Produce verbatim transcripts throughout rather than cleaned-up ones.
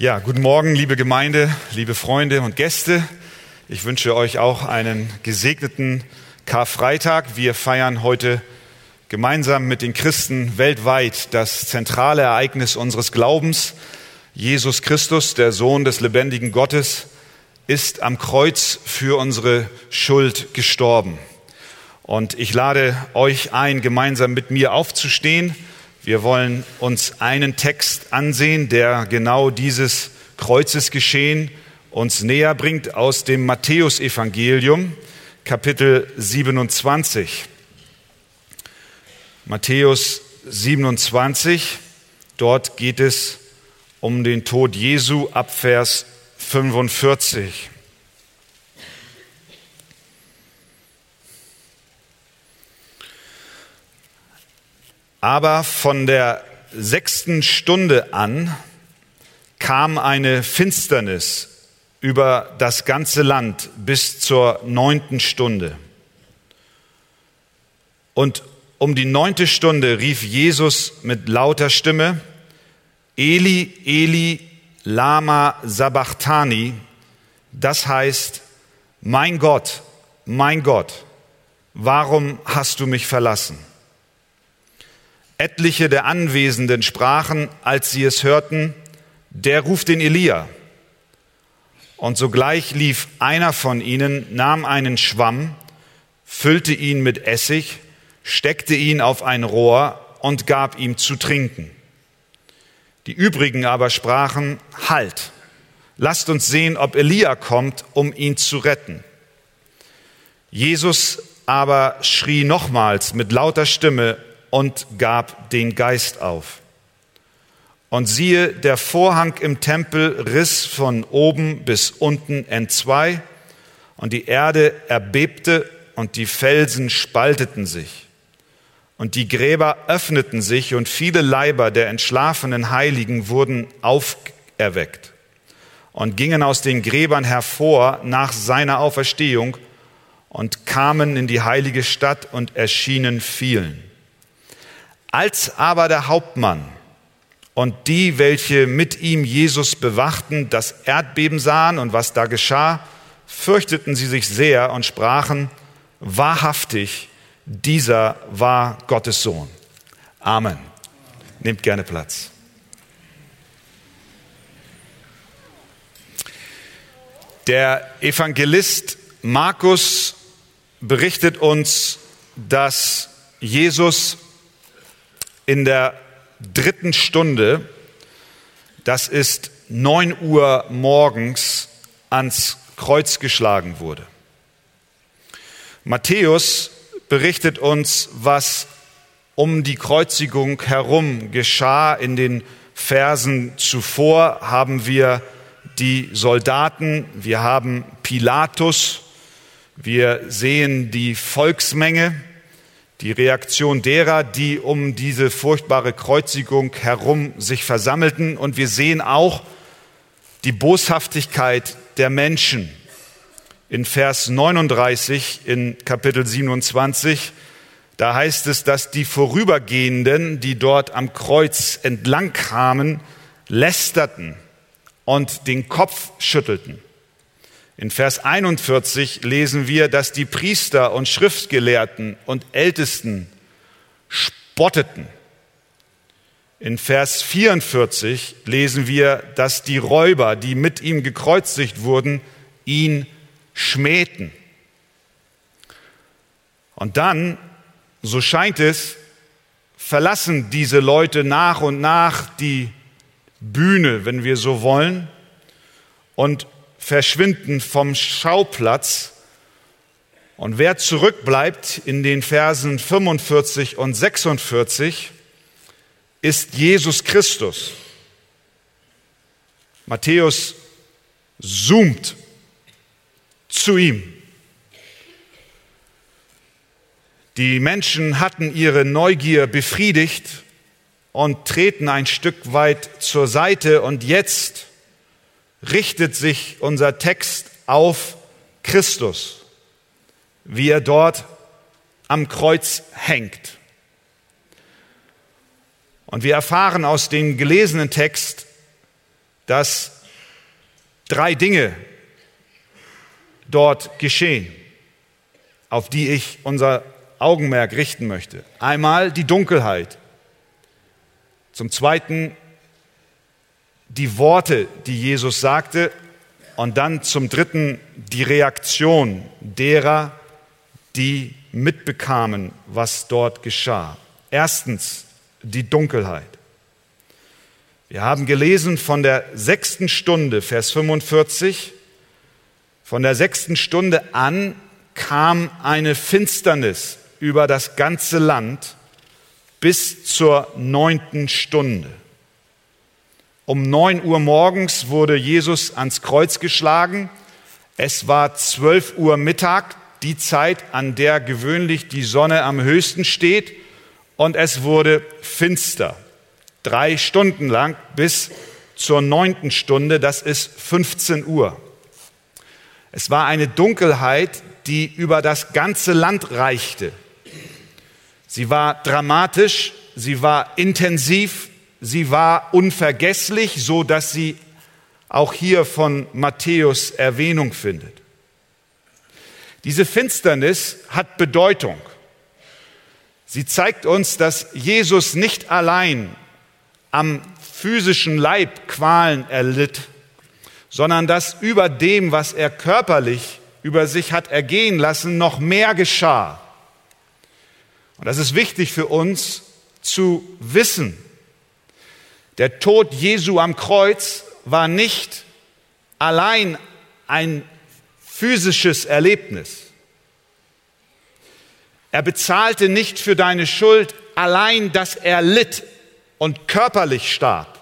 Ja, guten Morgen, liebe Gemeinde, liebe Freunde und Gäste. Ich wünsche euch auch einen gesegneten Karfreitag. Wir feiern heute gemeinsam mit den Christen weltweit das zentrale Ereignis unseres Glaubens. Jesus Christus, der Sohn des lebendigen Gottes, ist am Kreuz für unsere Schuld gestorben. Und ich lade euch ein, gemeinsam mit mir aufzustehen. Wir wollen uns einen Text ansehen, der genau dieses Kreuzesgeschehen uns näher bringt, aus dem Matthäusevangelium, Kapitel siebenundzwanzig. Matthäus siebenundzwanzig, dort geht es um den Tod Jesu ab Vers fünfundvierzig. Aber von der sechsten Stunde an kam eine Finsternis über das ganze Land bis zur neunten Stunde. Und um die neunte Stunde rief Jesus mit lauter Stimme: Eli, Eli, lama sabachthani. Das heißt: Mein Gott, mein Gott, warum hast du mich verlassen? Etliche der Anwesenden sprachen, als sie es hörten: Der ruft den Elia. Und sogleich lief einer von ihnen, nahm einen Schwamm, füllte ihn mit Essig, steckte ihn auf ein Rohr und gab ihm zu trinken. Die übrigen aber sprachen: Halt, lasst uns sehen, ob Elia kommt, um ihn zu retten. Jesus aber schrie nochmals mit lauter Stimme und gab den Geist auf. Und siehe, der Vorhang im Tempel riss von oben bis unten entzwei, und die Erde erbebte und die Felsen spalteten sich. Und die Gräber öffneten sich, und viele Leiber der entschlafenen Heiligen wurden auferweckt und gingen aus den Gräbern hervor nach seiner Auferstehung und kamen in die heilige Stadt und erschienen vielen. Als aber der Hauptmann und die, welche mit ihm Jesus bewachten, das Erdbeben sahen und was da geschah, fürchteten sie sich sehr und sprachen: Wahrhaftig, dieser war Gottes Sohn. Amen. Nehmt gerne Platz. Der Evangelist Markus berichtet uns, dass Jesus in der dritten Stunde, das ist neun Uhr morgens, ans Kreuz geschlagen wurde. Matthäus berichtet uns, was um die Kreuzigung herum geschah. In den Versen zuvor haben wir die Soldaten, wir haben Pilatus, wir sehen die Volksmenge, die Reaktion derer, die um diese furchtbare Kreuzigung herum sich versammelten. Und wir sehen auch die Boshaftigkeit der Menschen. In Vers neununddreißig in Kapitel siebenundzwanzig, da heißt es, dass die Vorübergehenden, die dort am Kreuz entlang kamen, lästerten und den Kopf schüttelten. In Vers einundvierzig lesen wir, dass die Priester und Schriftgelehrten und Ältesten spotteten. In Vers vierundvierzig lesen wir, dass die Räuber, die mit ihm gekreuzigt wurden, ihn schmähten. Und dann, so scheint es, verlassen diese Leute nach und nach die Bühne, wenn wir so wollen, und verschwinden vom Schauplatz. Und wer zurückbleibt in den Versen fünfundvierzig und sechsundvierzig, ist Jesus Christus. Matthäus zoomt zu ihm. Die Menschen hatten ihre Neugier befriedigt und treten ein Stück weit zur Seite, und jetzt richtet sich unser Text auf Christus, wie er dort am Kreuz hängt. Und wir erfahren aus dem gelesenen Text, dass drei Dinge dort geschehen, auf die ich unser Augenmerk richten möchte. Einmal die Dunkelheit. Zum Zweiten die Worte, die Jesus sagte. Und dann zum Dritten die Reaktion derer, die mitbekamen, was dort geschah. Erstens die Dunkelheit. Wir haben gelesen von der sechsten Stunde, Vers fünfundvierzig. Von der sechsten Stunde an kam eine Finsternis über das ganze Land bis zur neunten Stunde. Um neun Uhr morgens wurde Jesus ans Kreuz geschlagen. Es war zwölf Uhr Mittag, die Zeit, an der gewöhnlich die Sonne am höchsten steht. Und es wurde finster. Drei Stunden lang bis zur neunten Stunde, das ist fünfzehn Uhr. Es war eine Dunkelheit, die über das ganze Land reichte. Sie war dramatisch, sie war intensiv, sie war unvergesslich, so dass sie auch hier von Matthäus Erwähnung findet. Diese Finsternis hat Bedeutung. Sie zeigt uns, dass Jesus nicht allein am physischen Leib Qualen erlitt, sondern dass über dem, was er körperlich über sich hat ergehen lassen, noch mehr geschah. Und das ist wichtig für uns zu wissen. Der Tod Jesu am Kreuz war nicht allein ein physisches Erlebnis. Er bezahlte nicht für deine Schuld allein, dass er litt und körperlich starb.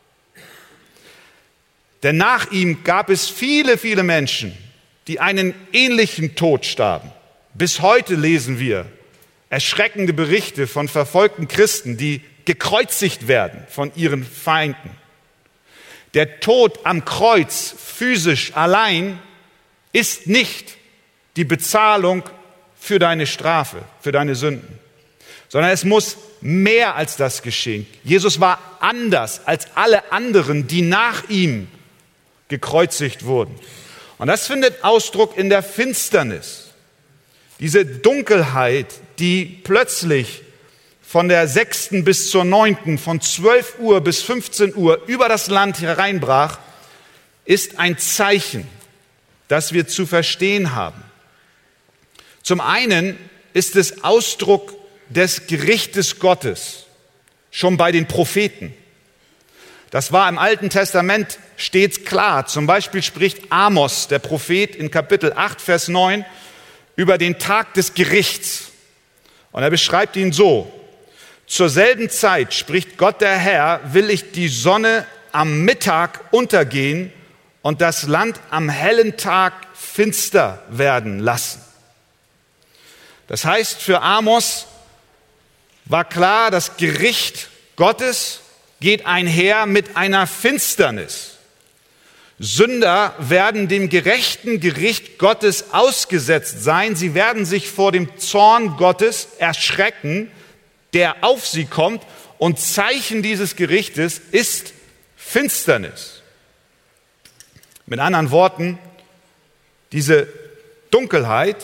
Denn nach ihm gab es viele, viele Menschen, die einen ähnlichen Tod starben. Bis heute lesen wir erschreckende Berichte von verfolgten Christen, die gekreuzigt werden von ihren Feinden. Der Tod am Kreuz physisch allein ist nicht die Bezahlung für deine Strafe, für deine Sünden, sondern es muss mehr als das geschehen. Jesus war anders als alle anderen, die nach ihm gekreuzigt wurden. Und das findet Ausdruck in der Finsternis. Diese Dunkelheit, die plötzlich von der sechsten bis zur neunten, von zwölf Uhr bis fünfzehn Uhr über das Land hereinbrach, ist ein Zeichen, das wir zu verstehen haben. Zum einen ist es Ausdruck des Gerichtes Gottes, schon bei den Propheten. Das war im Alten Testament stets klar. Zum Beispiel spricht Amos, der Prophet, in Kapitel acht, Vers neun, über den Tag des Gerichts. Und er beschreibt ihn so: Zur selben Zeit, spricht Gott der Herr, will ich die Sonne am Mittag untergehen und das Land am hellen Tag finster werden lassen. Das heißt, für Amos war klar, das Gericht Gottes geht einher mit einer Finsternis. Sünder werden dem gerechten Gericht Gottes ausgesetzt sein. Sie werden sich vor dem Zorn Gottes erschrecken, der auf sie kommt. Und Zeichen dieses Gerichtes ist Finsternis. Mit anderen Worten, diese Dunkelheit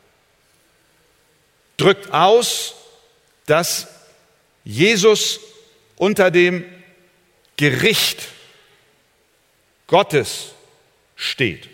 drückt aus, dass Jesus unter dem Gericht Gottes steht.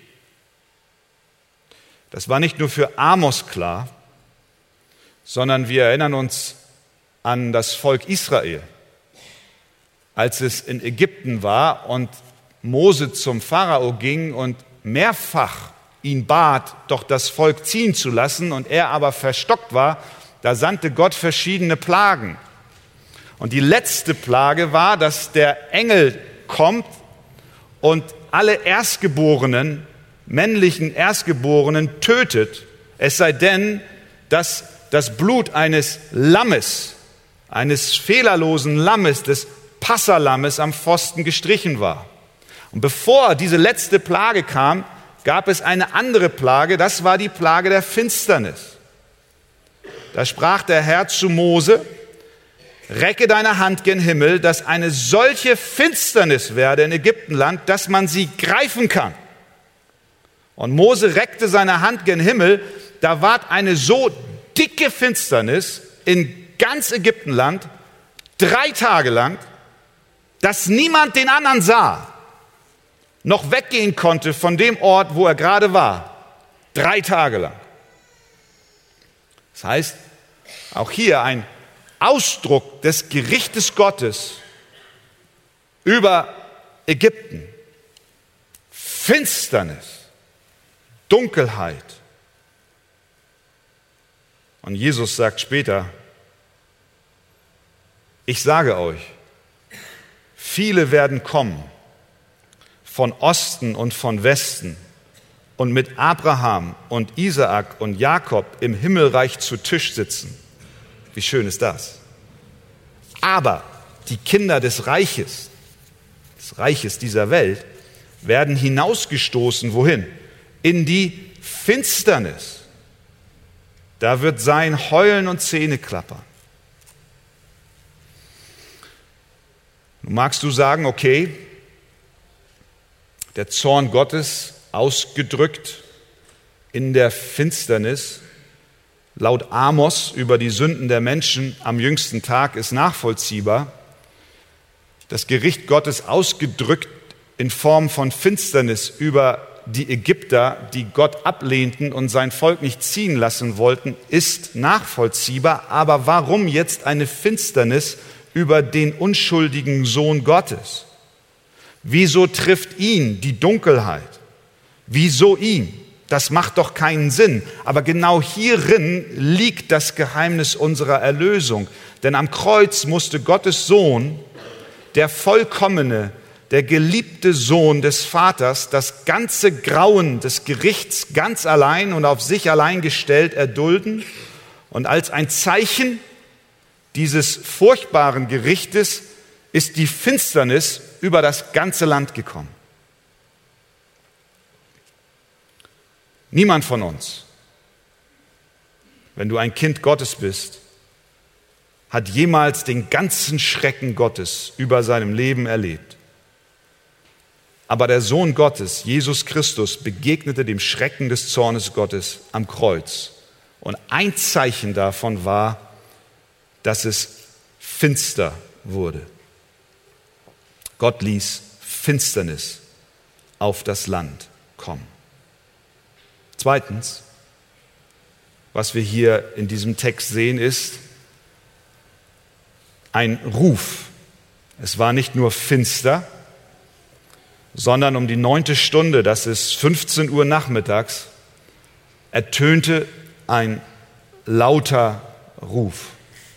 Das war nicht nur für Amos klar, sondern wir erinnern uns an das Volk Israel, als es in Ägypten war und Mose zum Pharao ging und mehrfach ihn bat, doch das Volk ziehen zu lassen, und er aber verstockt war. Da sandte Gott verschiedene Plagen. Und die letzte Plage war, dass der Engel kommt und alle Erstgeborenen, männlichen Erstgeborenen tötet, es sei denn, dass das Blut eines Lammes, eines fehlerlosen Lammes, des Passalammes am Pfosten gestrichen war. Und bevor diese letzte Plage kam, gab es eine andere Plage, das war die Plage der Finsternis. Da sprach der Herr zu Mose: recke deine Hand gen Himmel, dass eine solche Finsternis werde in Ägyptenland, dass man sie greifen kann. Und Mose reckte seine Hand gen Himmel, da ward eine so dicke Finsternis in ganz Ägyptenland, drei Tage lang, dass niemand den anderen sah, noch weggehen konnte von dem Ort, wo er gerade war. Drei Tage lang. Das heißt, auch hier ein Ausdruck des Gerichtes Gottes über Ägypten. Finsternis, Dunkelheit. Und Jesus sagt später, ich sage euch, viele werden kommen von Osten und von Westen und mit Abraham und Isaak und Jakob im Himmelreich zu Tisch sitzen. Wie schön ist das? Aber die Kinder des Reiches, des Reiches dieser Welt, werden hinausgestoßen, wohin? In die Finsternis. Da wird sein Heulen und Zähneklappern. Nun magst du sagen, okay, der Zorn Gottes ausgedrückt in der Finsternis, laut Amos über die Sünden der Menschen am jüngsten Tag ist nachvollziehbar. Das Gericht Gottes ausgedrückt in Form von Finsternis über die Ägypter, die Gott ablehnten und sein Volk nicht ziehen lassen wollten, ist nachvollziehbar. Aber warum jetzt eine Finsternis über den unschuldigen Sohn Gottes? Wieso trifft ihn die Dunkelheit? Wieso ihn? Das macht doch keinen Sinn. Aber genau hierin liegt das Geheimnis unserer Erlösung. Denn am Kreuz musste Gottes Sohn, der vollkommene, der geliebte Sohn des Vaters, das ganze Grauen des Gerichts ganz allein und auf sich allein gestellt erdulden. Und als ein Zeichen dieses furchtbaren Gerichtes ist die Finsternis über das ganze Land gekommen. Niemand von uns, wenn du ein Kind Gottes bist, hat jemals den ganzen Schrecken Gottes über seinem Leben erlebt. Aber der Sohn Gottes, Jesus Christus, begegnete dem Schrecken des Zornes Gottes am Kreuz. Und ein Zeichen davon war, dass es finster wurde. Gott ließ Finsternis auf das Land kommen. Zweitens, was wir hier in diesem Text sehen, ist ein Ruf. Es war nicht nur finster, sondern um die neunte Stunde, das ist fünfzehn Uhr nachmittags, ertönte ein lauter Ruf.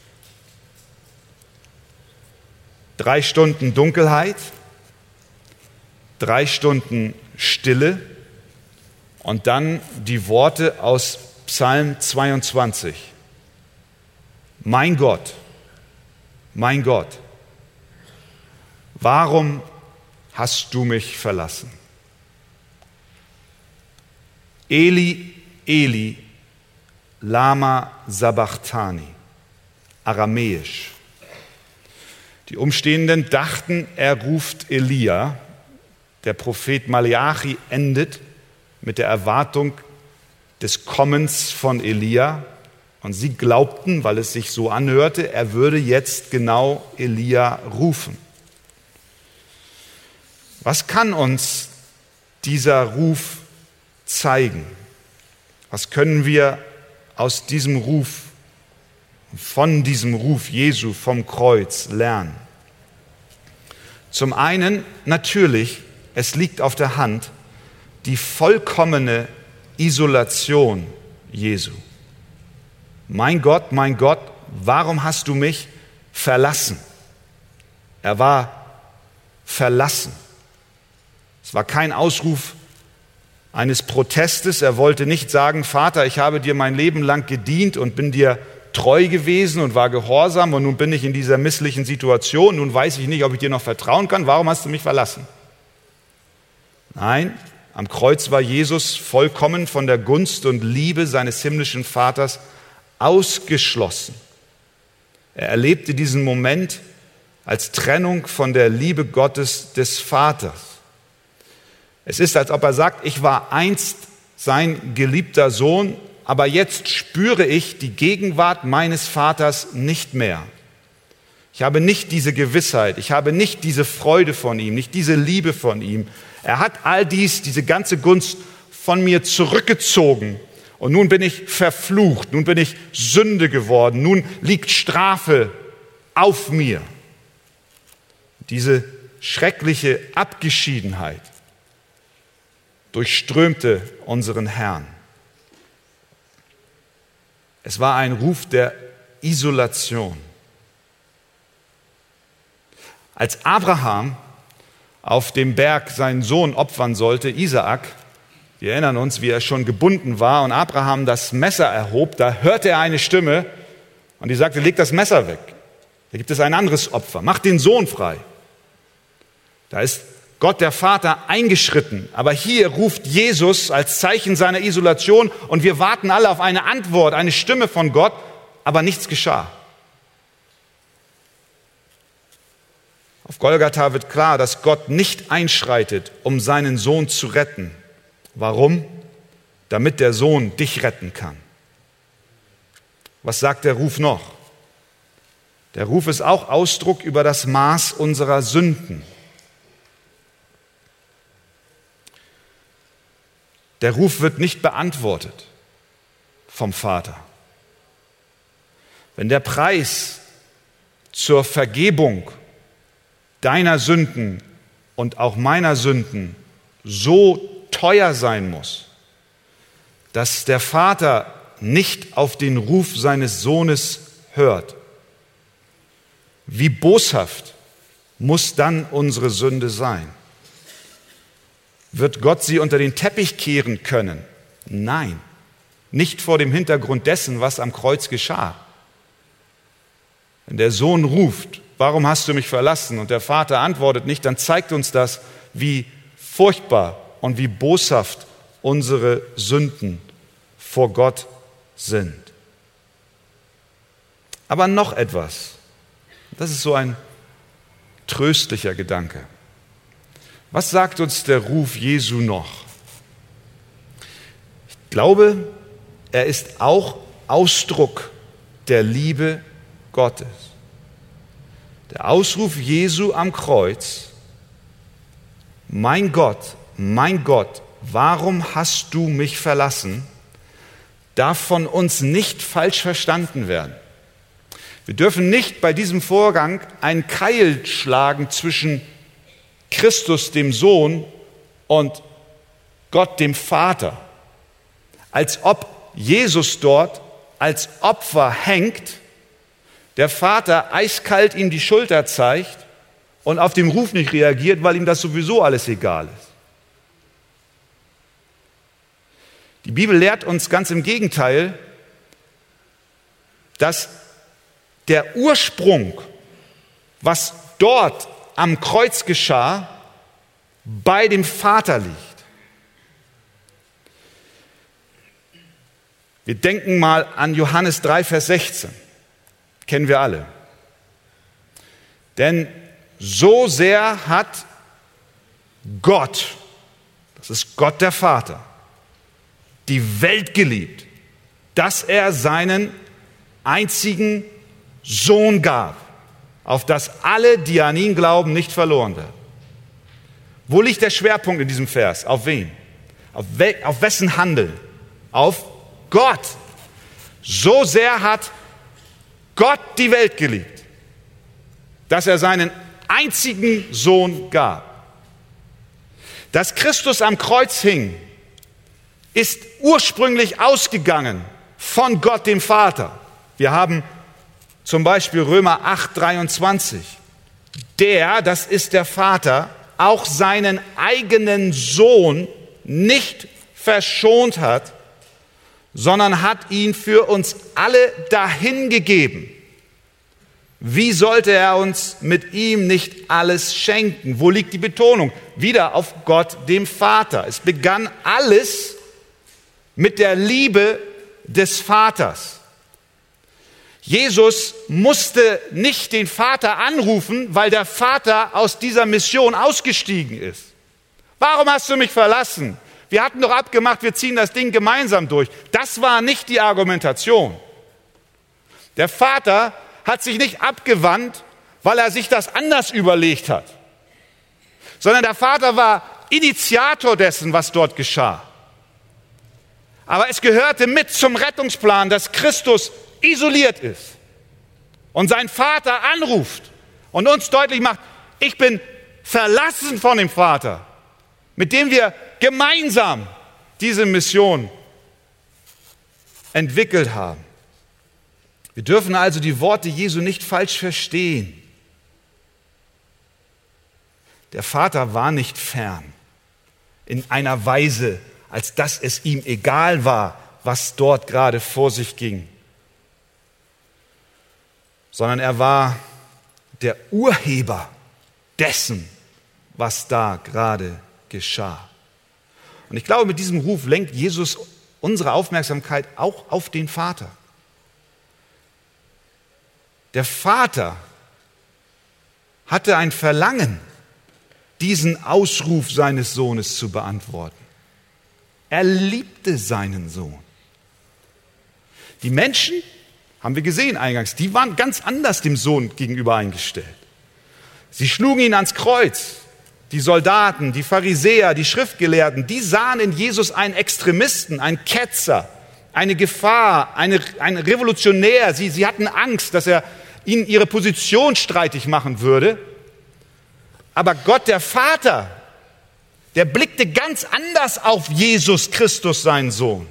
Drei Stunden Dunkelheit, drei Stunden Stille und dann die Worte aus Psalm zweiundzwanzig. Mein Gott, mein Gott, warum hast du mich verlassen? Eli, Eli, lama sabachthani, aramäisch. Die Umstehenden dachten, er ruft Elia. Der Prophet Maleachi endet mit der Erwartung des Kommens von Elia. Und sie glaubten, weil es sich so anhörte, er würde jetzt genau Elia rufen. Was kann uns dieser Ruf zeigen? Was können wir aus diesem Ruf, von diesem Ruf Jesu vom Kreuz lernen? Zum einen natürlich, es liegt auf der Hand, die vollkommene Isolation Jesu. Mein Gott, mein Gott, warum hast du mich verlassen? Er war verlassen. Es war kein Ausruf eines Protestes. Er wollte nicht sagen, Vater, ich habe dir mein Leben lang gedient und bin dir treu gewesen und war gehorsam und nun bin ich in dieser misslichen Situation, nun weiß ich nicht, ob ich dir noch vertrauen kann, warum hast du mich verlassen? Nein, am Kreuz war Jesus vollkommen von der Gunst und Liebe seines himmlischen Vaters ausgeschlossen. Er erlebte diesen Moment als Trennung von der Liebe Gottes des Vaters. Es ist, als ob er sagt, ich war einst sein geliebter Sohn, aber jetzt spüre ich die Gegenwart meines Vaters nicht mehr. Ich habe nicht diese Gewissheit, ich habe nicht diese Freude von ihm, nicht diese Liebe von ihm. Er hat all dies, diese ganze Gunst von mir zurückgezogen. Und nun bin ich verflucht, nun bin ich Sünde geworden, nun liegt Strafe auf mir. Diese schreckliche Abgeschiedenheit durchströmte unseren Herrn. Es war ein Ruf der Isolation. Als Abraham auf dem Berg seinen Sohn opfern sollte, Isaak, wir erinnern uns, wie er schon gebunden war und Abraham das Messer erhob, da hörte er eine Stimme und die sagte, leg das Messer weg. Da gibt es ein anderes Opfer, mach den Sohn frei. Da ist Gott der Vater eingeschritten, aber hier ruft Jesus als Zeichen seiner Isolation und wir warten alle auf eine Antwort, eine Stimme von Gott, aber nichts geschah. Auf Golgatha wird klar, dass Gott nicht einschreitet, um seinen Sohn zu retten. Warum? Damit der Sohn dich retten kann. Was sagt der Ruf noch? Der Ruf ist auch Ausdruck über das Maß unserer Sünden. Der Ruf wird nicht beantwortet vom Vater. Wenn der Preis zur Vergebung deiner Sünden und auch meiner Sünden so teuer sein muss, dass der Vater nicht auf den Ruf seines Sohnes hört, wie boshaft muss dann unsere Sünde sein? Wird Gott sie unter den Teppich kehren können? Nein, nicht vor dem Hintergrund dessen, was am Kreuz geschah. Wenn der Sohn ruft, warum hast du mich verlassen? Und der Vater antwortet nicht, dann zeigt uns das, wie furchtbar und wie boshaft unsere Sünden vor Gott sind. Aber noch etwas, das ist so ein tröstlicher Gedanke. Was sagt uns der Ruf Jesu noch? Ich glaube, er ist auch Ausdruck der Liebe Gottes. Der Ausruf Jesu am Kreuz, mein Gott, mein Gott, warum hast du mich verlassen, darf von uns nicht falsch verstanden werden. Wir dürfen nicht bei diesem Vorgang einen Keil schlagen zwischen Christus, dem Sohn, und Gott, dem Vater, als ob Jesus dort als Opfer hängt, der Vater eiskalt ihm die Schulter zeigt und auf den Ruf nicht reagiert, weil ihm das sowieso alles egal ist. Die Bibel lehrt uns ganz im Gegenteil, dass der Ursprung, was dort am Kreuz geschah, bei dem Vater liegt. Wir denken mal an Johannes drei, Vers sechzehn. Kennen wir alle. Denn so sehr hat Gott, das ist Gott der Vater, die Welt geliebt, dass er seinen einzigen Sohn gab, auf dass alle, die an ihn glauben, nicht verloren werden. Wo liegt der Schwerpunkt in diesem Vers? Auf wen? Auf, we- auf wessen Handeln? Auf Gott. So sehr hat Gott die Welt geliebt, dass er seinen einzigen Sohn gab. Dass Christus am Kreuz hing, ist ursprünglich ausgegangen von Gott dem Vater. Wir haben zum Beispiel Römer acht, dreiundzwanzig. Der, das ist der Vater, auch seinen eigenen Sohn nicht verschont hat, sondern hat ihn für uns alle dahingegeben. Wie sollte er uns mit ihm nicht alles schenken? Wo liegt die Betonung? Wieder auf Gott, dem Vater. Es begann alles mit der Liebe des Vaters. Jesus musste nicht den Vater anrufen, weil der Vater aus dieser Mission ausgestiegen ist. Warum hast du mich verlassen? Wir hatten doch abgemacht, wir ziehen das Ding gemeinsam durch. Das war nicht die Argumentation. Der Vater hat sich nicht abgewandt, weil er sich das anders überlegt hat, sondern der Vater war Initiator dessen, was dort geschah. Aber es gehörte mit zum Rettungsplan, dass Christus isoliert ist und seinen Vater anruft und uns deutlich macht, ich bin verlassen von dem Vater, mit dem wir gemeinsam diese Mission entwickelt haben. Wir dürfen also die Worte Jesu nicht falsch verstehen. Der Vater war nicht fern in einer Weise, als dass es ihm egal war, was dort gerade vor sich ging, sondern er war der Urheber dessen, was da gerade geschah. Und ich glaube, mit diesem Ruf lenkt Jesus unsere Aufmerksamkeit auch auf den Vater. Der Vater hatte ein Verlangen, diesen Ausruf seines Sohnes zu beantworten. Er liebte seinen Sohn. Die Menschen, haben wir gesehen eingangs, die waren ganz anders dem Sohn gegenüber eingestellt. Sie schlugen ihn ans Kreuz. Die Soldaten, die Pharisäer, die Schriftgelehrten, die sahen in Jesus einen Extremisten, einen Ketzer, eine Gefahr, eine, einen Revolutionär. Sie, sie hatten Angst, dass er ihnen ihre Position streitig machen würde. Aber Gott, der Vater, der blickte ganz anders auf Jesus Christus, seinen Sohn.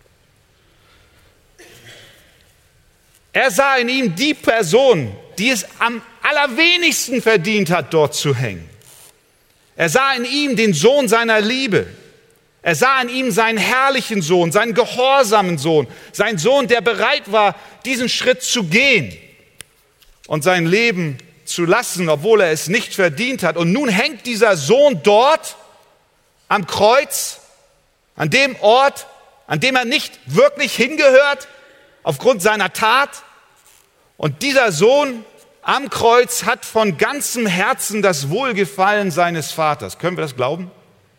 Er sah in ihm die Person, die es am allerwenigsten verdient hat, dort zu hängen. Er sah in ihm den Sohn seiner Liebe. Er sah in ihm seinen herrlichen Sohn, seinen gehorsamen Sohn, seinen Sohn, der bereit war, diesen Schritt zu gehen und sein Leben zu lassen, obwohl er es nicht verdient hat. Und nun hängt dieser Sohn dort am Kreuz, an dem Ort, an dem er nicht wirklich hingehört, aufgrund seiner Tat. Und dieser Sohn am Kreuz hat von ganzem Herzen das Wohlgefallen seines Vaters. Können wir das glauben?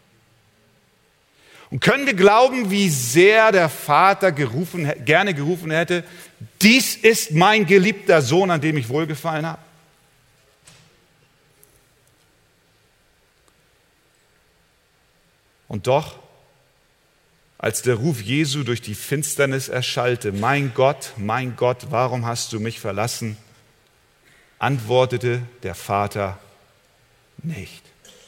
Und können wir glauben, wie sehr der Vater gerufen, gerne gerufen hätte, dies ist mein geliebter Sohn, an dem ich Wohlgefallen habe? Und doch, als der Ruf Jesu durch die Finsternis erschallte, mein Gott, mein Gott, warum hast du mich verlassen? Antwortete der Vater nicht.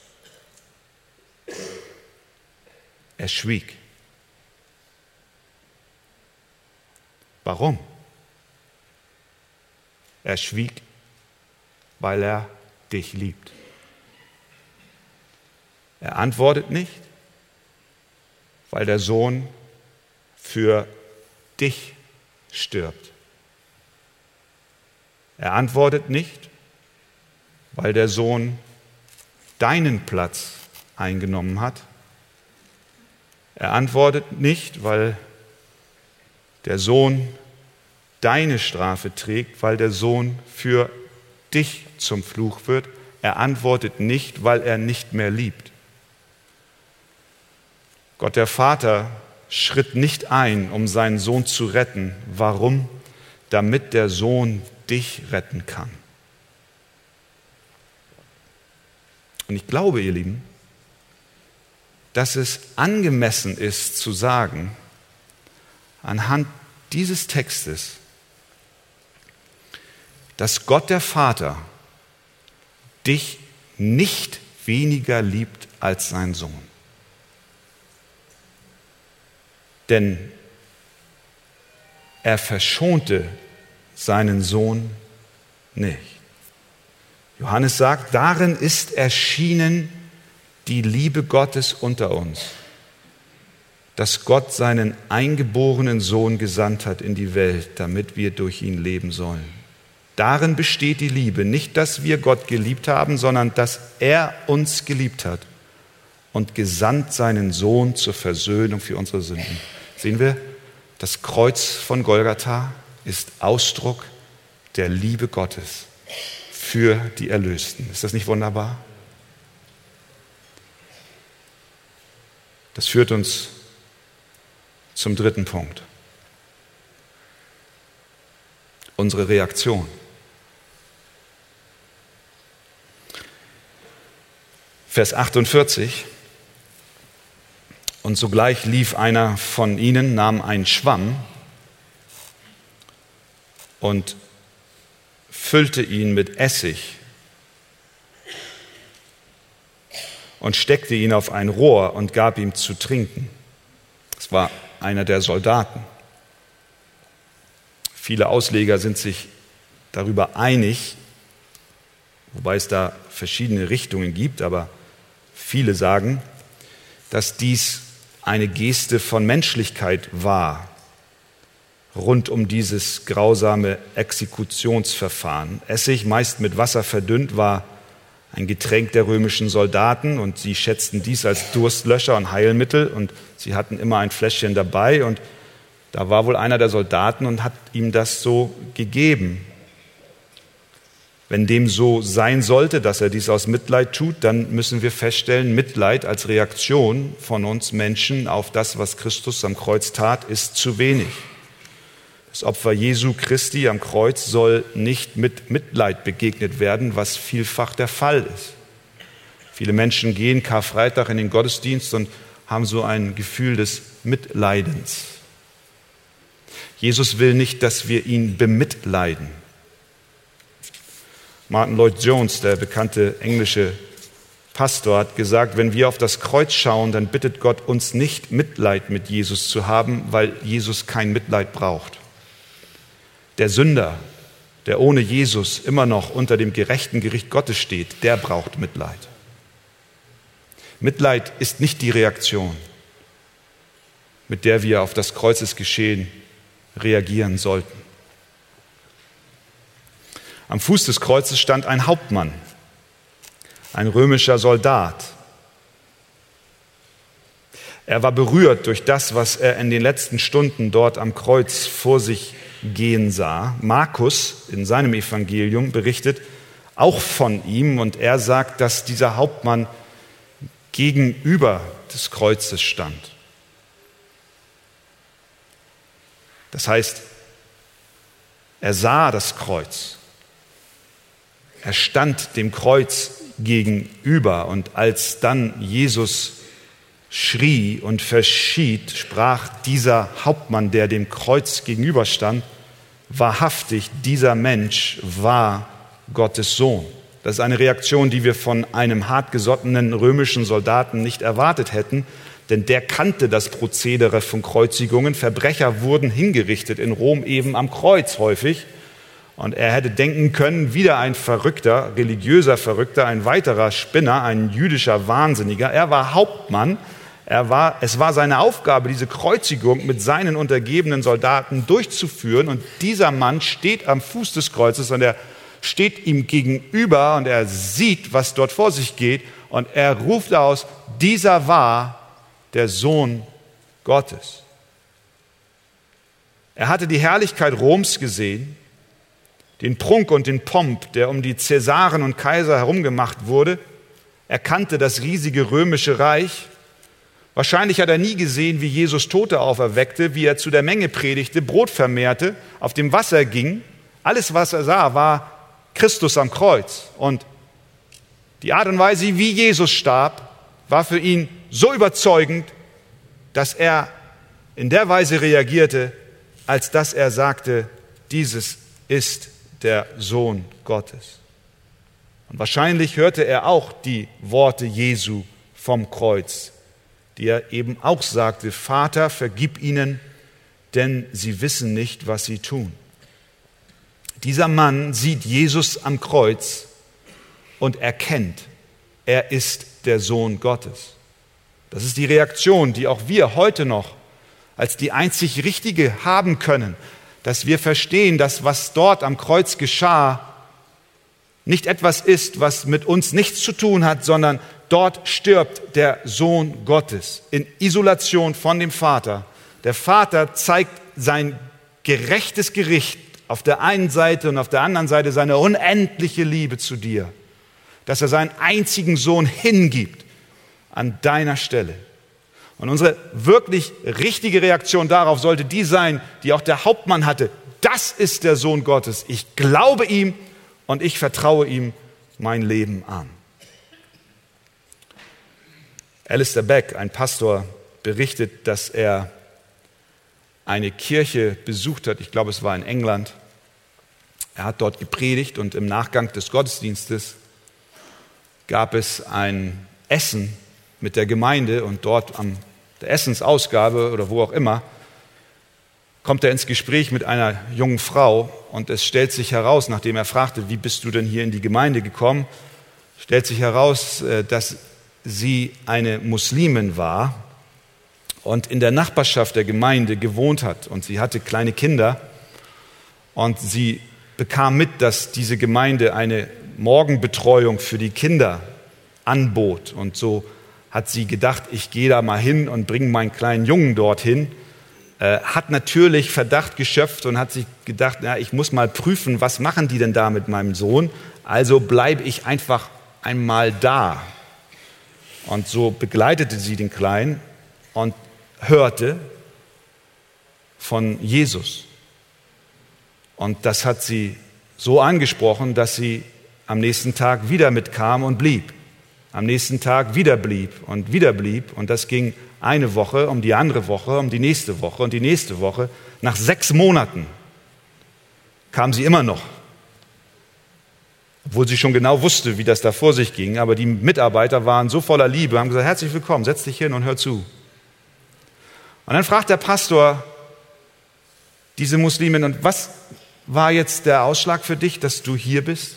Er schwieg. Warum? Er schwieg, weil er dich liebt. Er antwortet nicht, weil der Sohn für dich stirbt. Er antwortet nicht, weil der Sohn deinen Platz eingenommen hat. Er antwortet nicht, weil der Sohn deine Strafe trägt, weil der Sohn für dich zum Fluch wird. Er antwortet nicht, weil er nicht mehr liebt. Gott der Vater schritt nicht ein, um seinen Sohn zu retten. Warum? Damit der Sohn dich retten kann. Und ich glaube, ihr Lieben, dass es angemessen ist zu sagen, anhand dieses Textes, dass Gott der Vater dich nicht weniger liebt als sein Sohn. Denn er verschonte seinen Sohn nicht. Johannes sagt, darin ist erschienen die Liebe Gottes unter uns, dass Gott seinen eingeborenen Sohn gesandt hat in die Welt, damit wir durch ihn leben sollen. Darin besteht die Liebe, nicht, dass wir Gott geliebt haben, sondern dass er uns geliebt hat und gesandt seinen Sohn zur Versöhnung für unsere Sünden. Sehen wir das Kreuz von Golgatha, ist Ausdruck der Liebe Gottes für die Erlösten. Ist das nicht wunderbar? Das führt uns zum dritten Punkt. Unsere Reaktion. Vers achtundvierzig. Und sogleich lief einer von ihnen, nahm einen Schwamm und füllte ihn mit Essig und steckte ihn auf ein Rohr und gab ihm zu trinken. Es war einer der Soldaten. Viele Ausleger sind sich darüber einig, wobei es da verschiedene Richtungen gibt, aber viele sagen, dass dies eine Geste von Menschlichkeit war, rund um dieses grausame Exekutionsverfahren. Essig, meist mit Wasser verdünnt, war ein Getränk der römischen Soldaten und sie schätzten dies als Durstlöscher und Heilmittel und sie hatten immer ein Fläschchen dabei und da war wohl einer der Soldaten und hat ihm das so gegeben. Wenn dem so sein sollte, dass er dies aus Mitleid tut, dann müssen wir feststellen, Mitleid als Reaktion von uns Menschen auf das, was Christus am Kreuz tat, ist zu wenig. Das Opfer Jesu Christi am Kreuz soll nicht mit Mitleid begegnet werden, was vielfach der Fall ist. Viele Menschen gehen Karfreitag in den Gottesdienst und haben so ein Gefühl des Mitleidens. Jesus will nicht, dass wir ihn bemitleiden. Martin Lloyd-Jones, der bekannte englische Pastor, hat gesagt, wenn wir auf das Kreuz schauen, dann bittet Gott uns nicht, Mitleid mit Jesus zu haben, weil Jesus kein Mitleid braucht. Der Sünder, der ohne Jesus immer noch unter dem gerechten Gericht Gottes steht, der braucht Mitleid. Mitleid ist nicht die Reaktion, mit der wir auf das Kreuzesgeschehen reagieren sollten. Am Fuß des Kreuzes stand ein Hauptmann, ein römischer Soldat. Er war berührt durch das, was er in den letzten Stunden dort am Kreuz vor sich gehen sah. Markus in seinem Evangelium berichtet auch von ihm und er sagt, dass dieser Hauptmann gegenüber des Kreuzes stand. Das heißt, er sah das Kreuz. Er stand dem Kreuz gegenüber und als dann Jesus schrie und verschied, sprach dieser Hauptmann, der dem Kreuz gegenüberstand, wahrhaftig, dieser Mensch war Gottes Sohn. Das ist eine Reaktion, die wir von einem hartgesottenen römischen Soldaten nicht erwartet hätten, denn der kannte das Prozedere von Kreuzigungen. Verbrecher wurden hingerichtet in Rom eben am Kreuz häufig. Und er hätte denken können, wieder ein Verrückter, religiöser Verrückter, ein weiterer Spinner, ein jüdischer Wahnsinniger. Er war Hauptmann. Er war, es war seine Aufgabe, diese Kreuzigung mit seinen untergebenen Soldaten durchzuführen. Und dieser Mann steht am Fuß des Kreuzes und er steht ihm gegenüber und er sieht, was dort vor sich geht. Und er ruft aus, dieser war der Sohn Gottes. Er hatte die Herrlichkeit Roms gesehen, den Prunk und den Pomp, der um die Cäsaren und Kaiser herumgemacht wurde. Er kannte das riesige römische Reich. Wahrscheinlich hat er nie gesehen, wie Jesus Tote auferweckte, wie er zu der Menge predigte, Brot vermehrte, auf dem Wasser ging. Alles, was er sah, war Christus am Kreuz. Und die Art und Weise, wie Jesus starb, war für ihn so überzeugend, dass er in der Weise reagierte, als dass er sagte, dieses ist der Sohn Gottes. Und wahrscheinlich hörte er auch die Worte Jesu vom Kreuz, die er eben auch sagte, Vater, vergib ihnen, denn sie wissen nicht, was sie tun. Dieser Mann sieht Jesus am Kreuz und erkennt, er ist der Sohn Gottes. Das ist die Reaktion, die auch wir heute noch als die einzig richtige haben können, dass wir verstehen, dass was dort am Kreuz geschah, nicht etwas ist, was mit uns nichts zu tun hat, sondern dort stirbt der Sohn Gottes in Isolation von dem Vater. Der Vater zeigt sein gerechtes Gericht auf der einen Seite und auf der anderen Seite seine unendliche Liebe zu dir, dass er seinen einzigen Sohn hingibt an deiner Stelle. Und unsere wirklich richtige Reaktion darauf sollte die sein, die auch der Hauptmann hatte. Das ist der Sohn Gottes. Ich glaube ihm und ich vertraue ihm mein Leben an. Alistair Begg, ein Pastor, berichtet, dass er eine Kirche besucht hat. Ich glaube, es war in England. Er hat dort gepredigt und im Nachgang des Gottesdienstes gab es ein Essen mit der Gemeinde und dort am der Essensausgabe oder wo auch immer kommt er ins Gespräch mit einer jungen Frau und es stellt sich heraus, nachdem er fragte, wie bist du denn hier in die Gemeinde gekommen, stellt sich heraus, dass sie eine Muslimin war und in der Nachbarschaft der Gemeinde gewohnt hat und sie hatte kleine Kinder und sie bekam mit, dass diese Gemeinde eine Morgenbetreuung für die Kinder anbot und so hat sie gedacht, ich gehe da mal hin und bringe meinen kleinen Jungen dorthin, äh, hat natürlich Verdacht geschöpft und hat sich gedacht, na, ich muss mal prüfen, was machen die denn da mit meinem Sohn, also bleibe ich einfach einmal da. Und so begleitete sie den Kleinen und hörte von Jesus. Und das hat sie so angesprochen, dass sie am nächsten Tag wieder mitkam und blieb. Am nächsten Tag wieder blieb und wieder blieb. Und das ging eine Woche um die andere Woche, um die nächste Woche und die nächste Woche. Nach sechs Monaten kam sie immer noch. Obwohl sie schon genau wusste, wie das da vor sich ging. Aber die Mitarbeiter waren so voller Liebe, haben gesagt, herzlich willkommen, setz dich hin und hör zu. Und dann fragt der Pastor diese Muslimin, und was war jetzt der Ausschlag für dich, dass du hier bist?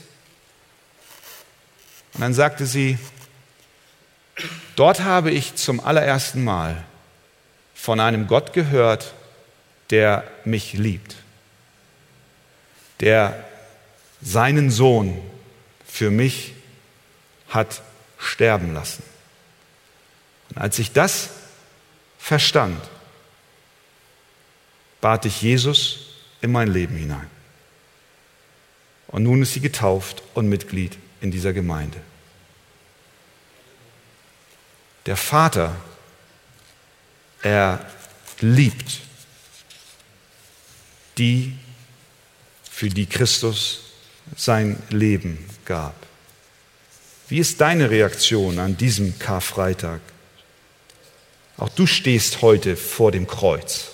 Und dann sagte sie, dort habe ich zum allerersten Mal von einem Gott gehört, der mich liebt, der seinen Sohn für mich hat sterben lassen. Und als ich das verstand, bat ich Jesus in mein Leben hinein. Und nun ist sie getauft und Mitglied in dieser Gemeinde. Der Vater, er liebt die, für die Christus sein Leben gab. Wie ist deine Reaktion an diesem Karfreitag? Auch du stehst heute vor dem Kreuz.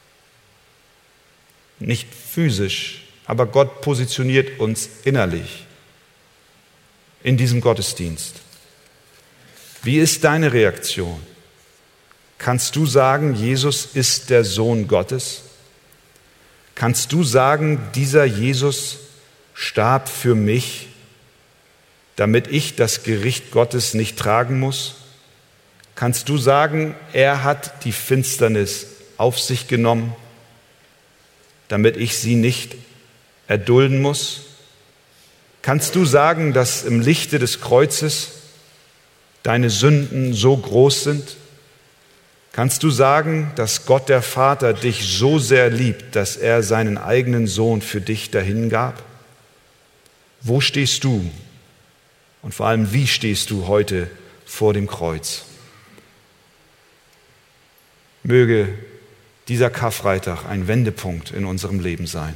Nicht physisch, aber Gott positioniert uns innerlich in diesem Gottesdienst. Wie ist deine Reaktion? Kannst du sagen, Jesus ist der Sohn Gottes? Kannst du sagen, dieser Jesus starb für mich, damit ich das Gericht Gottes nicht tragen muss? Kannst du sagen, er hat die Finsternis auf sich genommen, damit ich sie nicht erdulden muss? Kannst du sagen, dass im Lichte des Kreuzes deine Sünden so groß sind? Kannst du sagen, dass Gott der Vater dich so sehr liebt, dass er seinen eigenen Sohn für dich dahingab? Wo stehst du? Und vor allem, wie stehst du heute vor dem Kreuz? Möge dieser Karfreitag ein Wendepunkt in unserem Leben sein.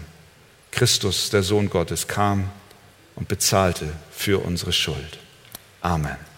Christus, der Sohn Gottes, kam und bezahlte für unsere Schuld. Amen.